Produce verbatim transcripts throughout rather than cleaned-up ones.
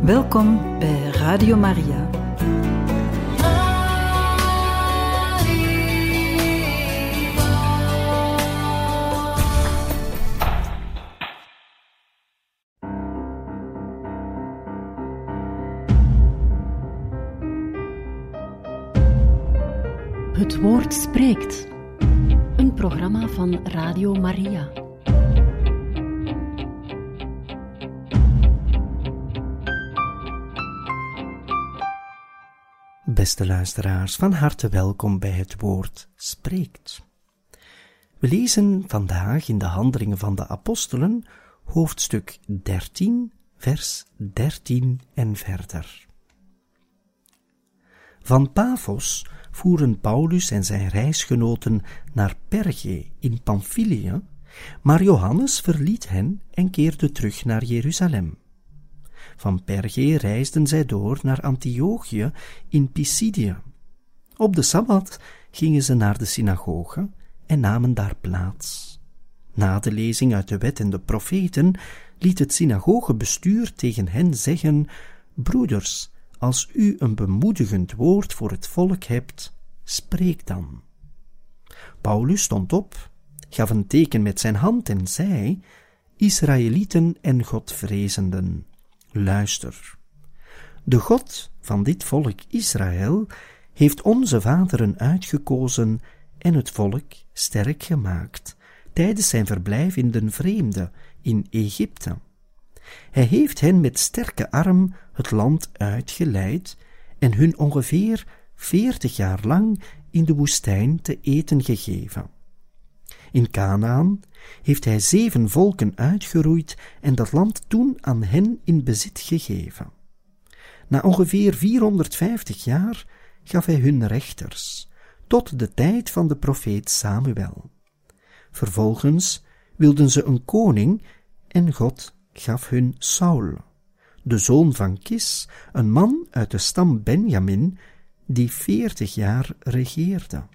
Welkom bij Radio Maria. Het woord spreekt. Een programma van Radio Maria. Beste luisteraars, van harte welkom bij het woord spreekt. We lezen vandaag in de Handelingen van de Apostelen, hoofdstuk dertien, vers dertien en verder. Van Paphos voeren Paulus en zijn reisgenoten naar Perge in Pamphylië, maar Johannes verliet hen en keerde terug naar Jeruzalem. Van Perge reisden zij door naar Antiochië in Pisidië. Op de Sabbat gingen ze naar de synagoge en namen daar plaats. Na de lezing uit de wet en de profeten liet het synagogebestuur tegen hen zeggen: broeders, als u een bemoedigend woord voor het volk hebt, spreek dan. Paulus stond op, gaf een teken met zijn hand en zei: Israëlieten en Godvrezenden, luister. De God van dit volk Israël heeft onze vaderen uitgekozen en het volk sterk gemaakt tijdens zijn verblijf in den vreemde in Egypte. Hij heeft hen met sterke arm het land uitgeleid en hun ongeveer veertig jaar lang in de woestijn te eten gegeven. In Kanaan heeft hij zeven volken uitgeroeid en dat land toen aan hen in bezit gegeven. Na ongeveer vierhonderdvijftig jaar gaf hij hun rechters, tot de tijd van de profeet Samuel. Vervolgens wilden ze een koning en God gaf hun Saul, de zoon van Kis, een man uit de stam Benjamin, die veertig jaar regeerde.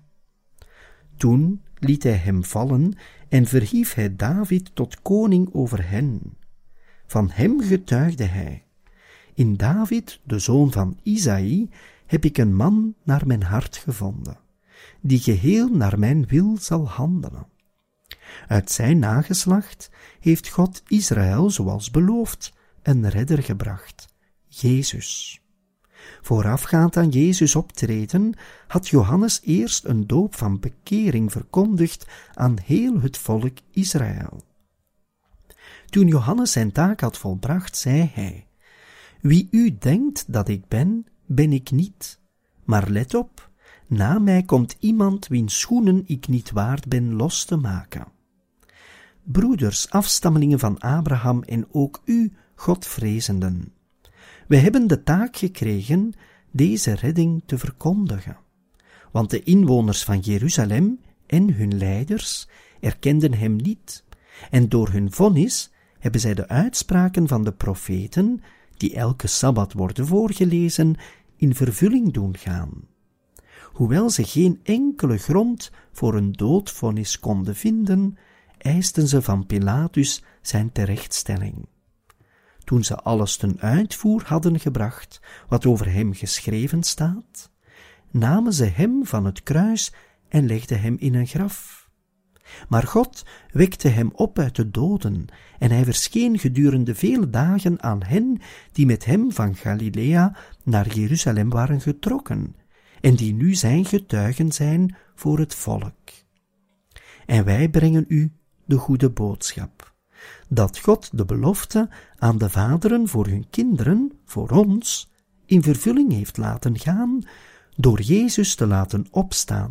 Toen liet hij hem vallen en verhief hij David tot koning over hen. Van hem getuigde hij: in David, de zoon van Isaï, heb ik een man naar mijn hart gevonden, die geheel naar mijn wil zal handelen. Uit zijn nageslacht heeft God Israël, zoals beloofd, een redder gebracht, Jezus. Voorafgaand aan Jezus optreden had Johannes eerst een doop van bekering verkondigd aan heel het volk Israël. Toen Johannes zijn taak had volbracht, zei hij: wie u denkt dat ik ben, ben ik niet. Maar let op, na mij komt iemand wiens schoenen ik niet waard ben los te maken. Broeders, afstammelingen van Abraham en ook u, Godvrezenden, we hebben de taak gekregen deze redding te verkondigen, want de inwoners van Jeruzalem en hun leiders erkenden hem niet, en door hun vonnis hebben zij de uitspraken van de profeten, die elke Sabbat worden voorgelezen, in vervulling doen gaan. Hoewel ze geen enkele grond voor een doodvonnis konden vinden, eisten ze van Pilatus zijn terechtstelling. Toen ze alles ten uitvoer hadden gebracht, wat over hem geschreven staat, namen ze hem van het kruis en legden hem in een graf. Maar God wekte hem op uit de doden, en hij verscheen gedurende vele dagen aan hen die met hem van Galilea naar Jeruzalem waren getrokken, en die nu zijn getuigen zijn voor het volk. En wij brengen u de goede boodschap, dat God de belofte aan de vaderen voor hun kinderen, voor ons, in vervulling heeft laten gaan, door Jezus te laten opstaan.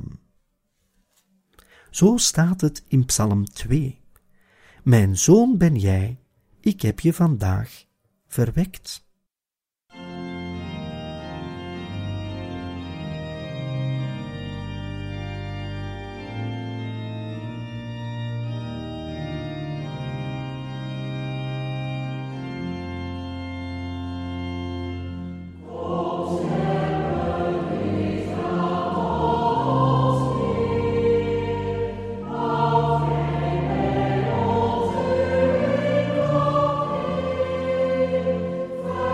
Zo staat het in Psalm twee. Mijn zoon ben jij, ik heb je vandaag verwekt. Amen.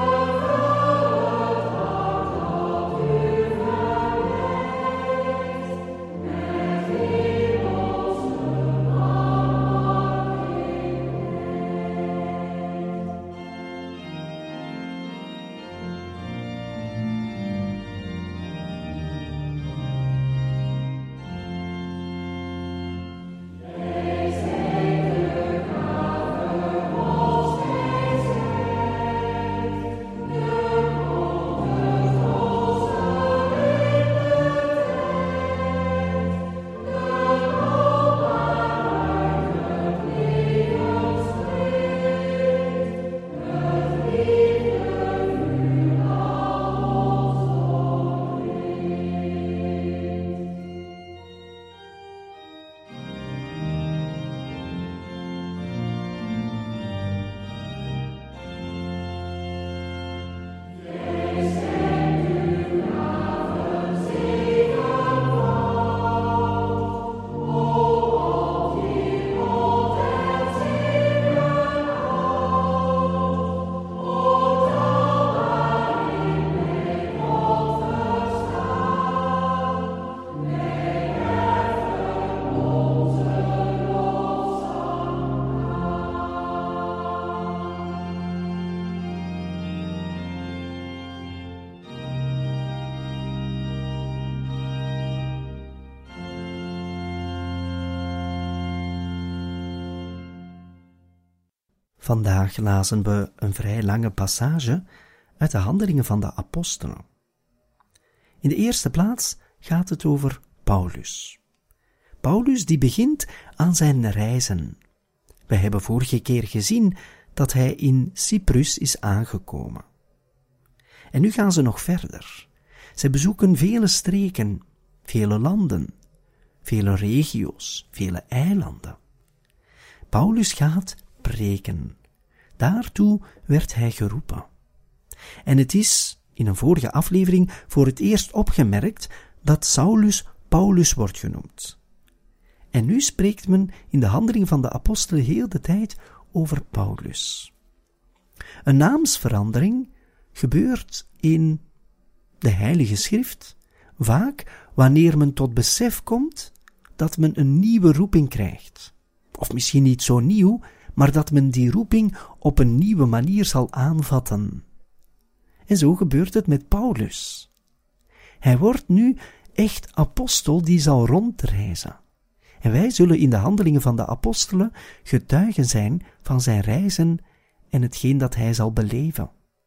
Vandaag lazen we een vrij lange passage uit de Handelingen van de Apostelen. In de eerste plaats gaat het over Paulus. Paulus die begint aan zijn reizen. We hebben vorige keer gezien dat hij in Cyprus is aangekomen. En nu gaan ze nog verder. Ze bezoeken vele streken, vele landen, vele regio's, vele eilanden. Paulus gaat preken. Daartoe werd hij geroepen. En het is in een vorige aflevering voor het eerst opgemerkt dat Saulus Paulus wordt genoemd. En nu spreekt men in de Handelingen van de Apostelen heel de tijd over Paulus. Een naamsverandering gebeurt in de Heilige Schrift vaak wanneer men tot besef komt dat men een nieuwe roeping krijgt. Of misschien niet zo nieuw, maar dat men die roeping op een nieuwe manier zal aanvatten. En zo gebeurt het met Paulus. Hij wordt nu echt apostel die zal rondreizen. En wij zullen in de Handelingen van de Apostelen getuigen zijn van zijn reizen en hetgeen dat hij zal beleven.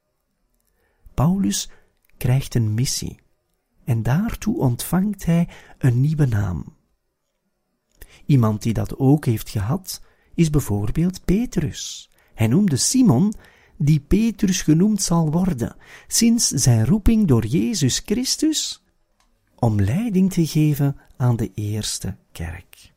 Paulus krijgt een missie en daartoe ontvangt hij een nieuwe naam. Iemand die dat ook heeft gehad, is bijvoorbeeld Petrus. Hij noemde Simon, die Petrus genoemd zal worden, sinds zijn roeping door Jezus Christus, om leiding te geven aan de eerste kerk.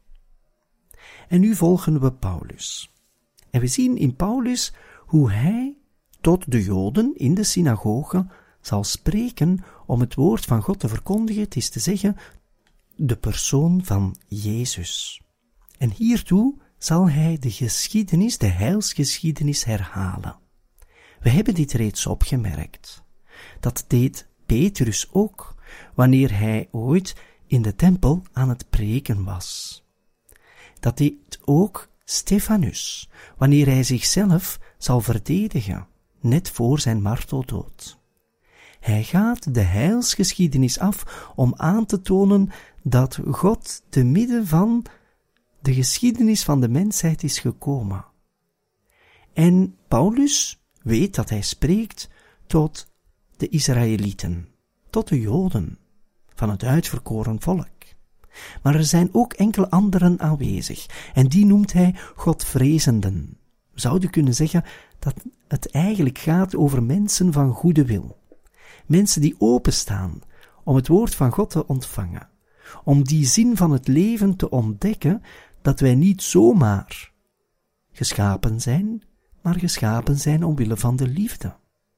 En nu volgen we Paulus. En we zien in Paulus hoe hij tot de Joden in de synagoge zal spreken om het woord van God te verkondigen, het is te zeggen, de persoon van Jezus. En hiertoe zal hij de geschiedenis, de heilsgeschiedenis herhalen. We hebben dit reeds opgemerkt. Dat deed Petrus ook, wanneer hij ooit in de tempel aan het preken was. Dat deed ook Stefanus, wanneer hij zichzelf zal verdedigen, net voor zijn marteldood. Hij gaat de heilsgeschiedenis af om aan te tonen dat God te midden van de geschiedenis van de mensheid is gekomen. En Paulus weet dat hij spreekt tot de Israëlieten, tot de Joden, van het uitverkoren volk. Maar er zijn ook enkele anderen aanwezig, en die noemt hij Godvrezenden. We zouden kunnen zeggen dat het eigenlijk gaat over mensen van goede wil. Mensen die openstaan om het woord van God te ontvangen, om die zin van het leven te ontdekken dat wij niet zomaar geschapen zijn, maar geschapen zijn omwille van de liefde.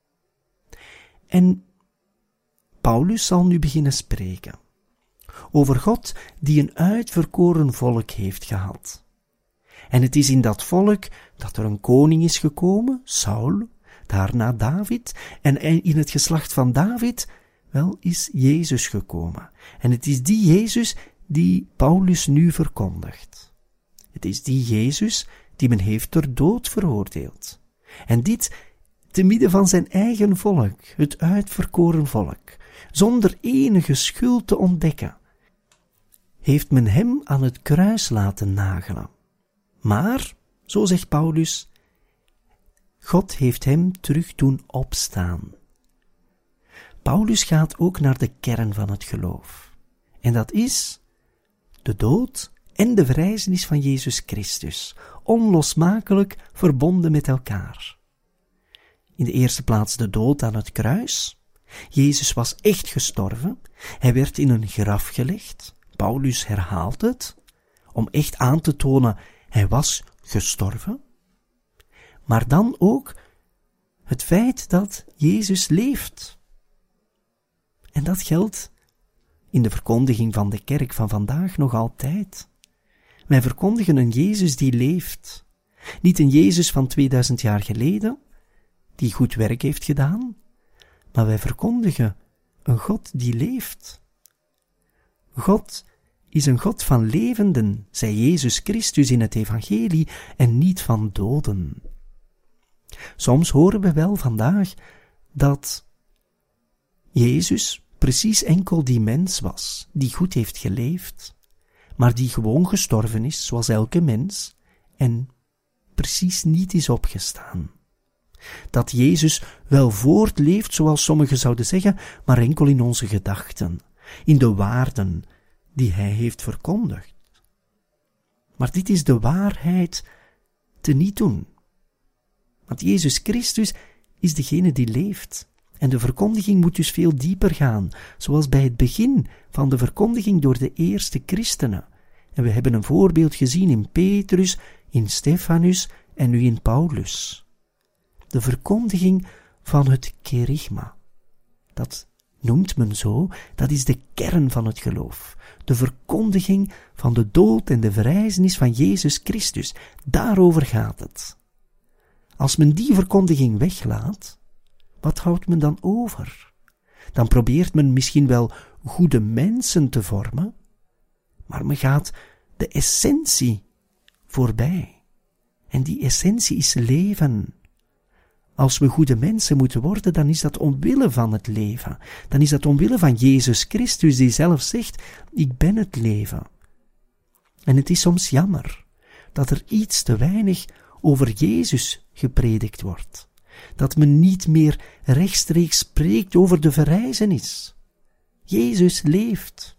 En Paulus zal nu beginnen spreken over God die een uitverkoren volk heeft gehad. En het is in dat volk dat er een koning is gekomen, Saul, daarna David, en in het geslacht van David, wel, is Jezus gekomen. En het is die Jezus die Paulus nu verkondigt. Het is die Jezus die men heeft ter dood veroordeeld. En dit te midden van zijn eigen volk, het uitverkoren volk, zonder enige schuld te ontdekken, heeft men hem aan het kruis laten nagelen. Maar, zo zegt Paulus, God heeft hem terug doen opstaan. Paulus gaat ook naar de kern van het geloof. En dat is de dood en de verrijzenis van Jezus Christus, onlosmakelijk verbonden met elkaar. In de eerste plaats de dood aan het kruis. Jezus was echt gestorven. Hij werd in een graf gelegd. Paulus herhaalt het, om echt aan te tonen, hij was gestorven. Maar dan ook het feit dat Jezus leeft. En dat geldt in de verkondiging van de kerk van vandaag nog altijd. Wij verkondigen een Jezus die leeft. Niet een Jezus van tweeduizend jaar geleden, die goed werk heeft gedaan, maar wij verkondigen een God die leeft. God is een God van levenden, zei Jezus Christus in het evangelie, en niet van doden. Soms horen we wel vandaag dat Jezus precies enkel die mens was, die goed heeft geleefd, maar die gewoon gestorven is, zoals elke mens, en precies niet is opgestaan. Dat Jezus wel voortleeft, zoals sommigen zouden zeggen, maar enkel in onze gedachten, in de waarden die hij heeft verkondigd. Maar dit is de waarheid te niet doen. Want Jezus Christus is degene die leeft. En de verkondiging moet dus veel dieper gaan, zoals bij het begin van de verkondiging door de eerste christenen. En we hebben een voorbeeld gezien in Petrus, in Stefanus en nu in Paulus. De verkondiging van het kerygma. Dat noemt men zo, dat is de kern van het geloof. De verkondiging van de dood en de verrijzenis van Jezus Christus. Daarover gaat het. Als men die verkondiging weglaat, wat houdt men dan over? Dan probeert men misschien wel goede mensen te vormen, maar men gaat de essentie voorbij. En die essentie is leven. Als we goede mensen moeten worden, dan is dat omwille van het leven. Dan is dat omwille van Jezus Christus, die zelf zegt, ik ben het leven. En het is soms jammer dat er iets te weinig over Jezus gepredikt wordt. Dat men niet meer rechtstreeks spreekt over de verrijzenis. Jezus leeft.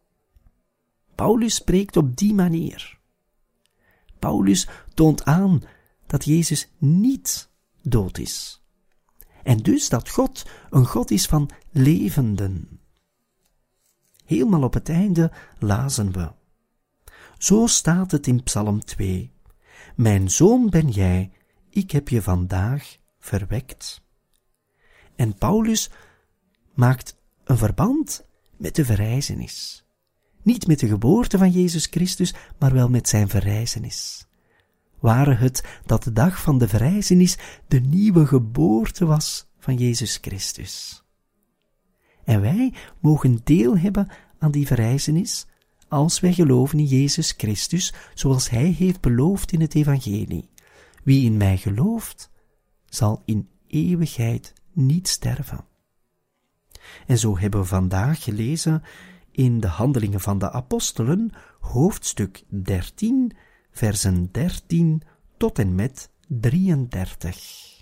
Paulus spreekt op die manier. Paulus toont aan dat Jezus niet dood is. En dus dat God een God is van levenden. Helemaal op het einde lazen we. Zo staat het in Psalm twee. Mijn zoon ben jij, ik heb je vandaag verwekt. En Paulus maakt een verband met de verrijzenis. Niet met de geboorte van Jezus Christus, maar wel met zijn verrijzenis. Ware het dat de dag van de verrijzenis de nieuwe geboorte was van Jezus Christus. En wij mogen deel hebben aan die verrijzenis als wij geloven in Jezus Christus, zoals hij heeft beloofd in het evangelie. Wie in mij gelooft, zal in eeuwigheid niet sterven. En zo hebben we vandaag gelezen in de Handelingen van de Apostelen, hoofdstuk dertien, versen dertien tot en met drieëndertig.